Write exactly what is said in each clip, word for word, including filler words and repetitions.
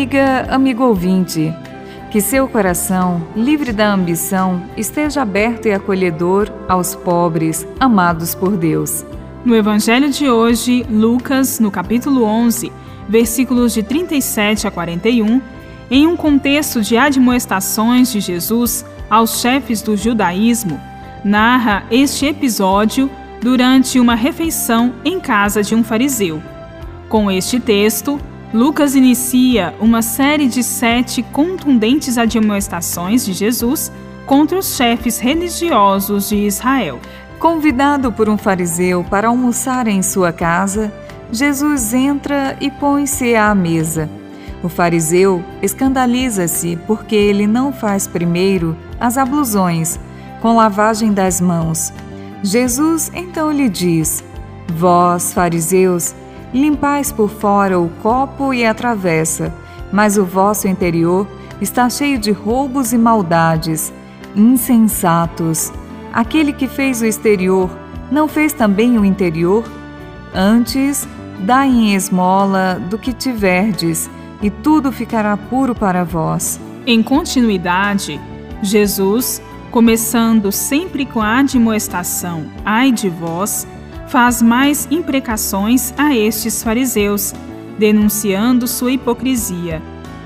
Amiga, amigo ouvinte, que seu coração, livre da ambição, esteja aberto e acolhedor aos pobres, amados por Deus. No Evangelho de hoje, Lucas, no capítulo onze, versículos de trinta e sete a quarenta e um, em um contexto de admoestações de Jesus aos chefes do judaísmo, narra este episódio durante uma refeição em casa de um fariseu. Com este texto, Lucas inicia uma série de sete contundentes admoestações de Jesus contra os chefes religiosos de Israel. Convidado por um fariseu para almoçar em sua casa, Jesus entra e põe-se à mesa. O fariseu escandaliza-se porque ele não faz primeiro as ablusões, com lavagem das mãos. Jesus então lhe diz: Vós, fariseus, limpais por fora o copo e a travessa, mas o vosso interior está cheio de roubos e maldades. Insensatos! Aquele que fez o exterior não fez também o interior? Antes, dai em esmola do que tiverdes, e tudo ficará puro para vós. Em continuidade, Jesus, começando sempre com a admoestação ai de vós, faz mais imprecações a estes fariseus, denunciando sua hipocrisia.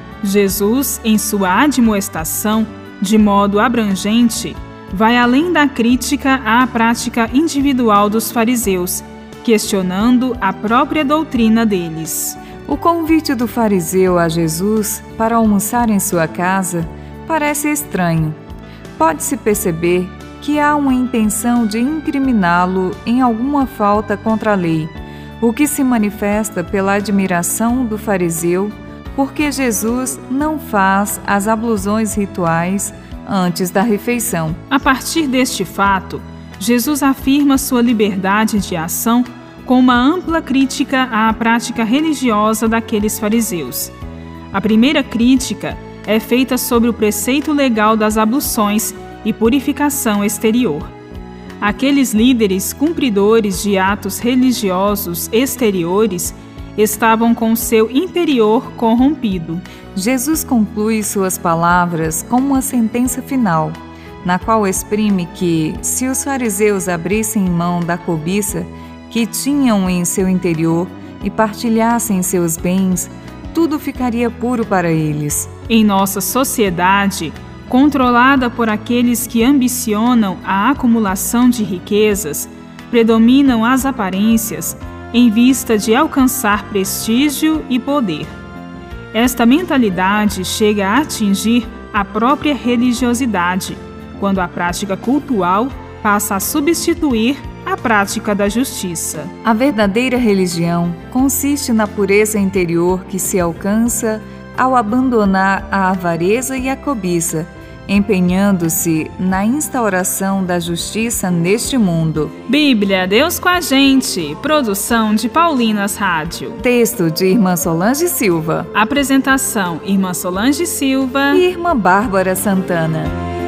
Jesus, em sua admoestação, de modo abrangente, vai além da crítica à prática individual dos fariseus, questionando a própria doutrina deles. O convite do fariseu a Jesus para almoçar em sua casa parece estranho. Pode-se perceber que há uma intenção de incriminá-lo em alguma falta contra a lei, o que se manifesta pela admiração do fariseu porque Jesus não faz as ablusões rituais antes da refeição. A partir deste fato, Jesus afirma sua liberdade de ação com uma ampla crítica à prática religiosa daqueles fariseus. A primeira crítica é feita sobre o preceito legal das abluções e purificação exterior. Aqueles líderes cumpridores de atos religiosos exteriores estavam com seu interior corrompido. Jesus conclui suas palavras com uma sentença final, na qual exprime que, se os fariseus abrissem mão da cobiça que tinham em seu interior e partilhassem seus bens, tudo ficaria puro para eles. Em nossa sociedade, controlada por aqueles que ambicionam a acumulação de riquezas, predominam as aparências em vista de alcançar prestígio e poder. Esta mentalidade chega a atingir a própria religiosidade, quando a prática cultual passa a substituir a prática da justiça. A verdadeira religião consiste na pureza interior que se alcança ao abandonar a avareza e a cobiça, empenhando-se na instauração da justiça neste mundo. Bíblia, Deus com a gente. Produção de Paulinas Rádio. Texto de Irmã Solange Silva. Apresentação: Irmã Solange Silva e Irmã Bárbara Santana.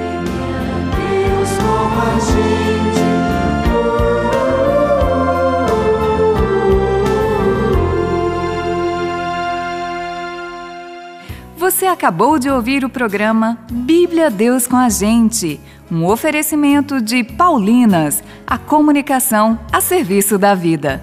Deus com a gente. Você acabou de ouvir o programa Bíblia Deus com a Gente, um oferecimento de Paulinas, a comunicação a serviço da vida.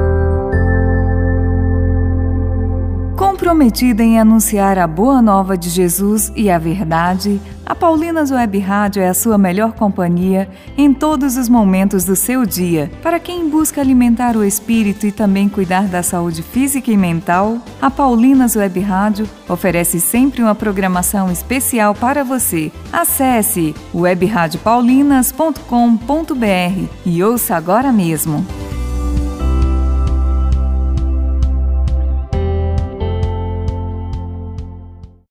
Comprometida em anunciar a boa nova de Jesus e a verdade, a Paulinas Web Rádio é a sua melhor companhia em todos os momentos do seu dia. Para quem busca alimentar o espírito e também cuidar da saúde física e mental, a Paulinas Web Rádio oferece sempre uma programação especial para você. Acesse web rádio paulinas ponto com ponto br e ouça agora mesmo.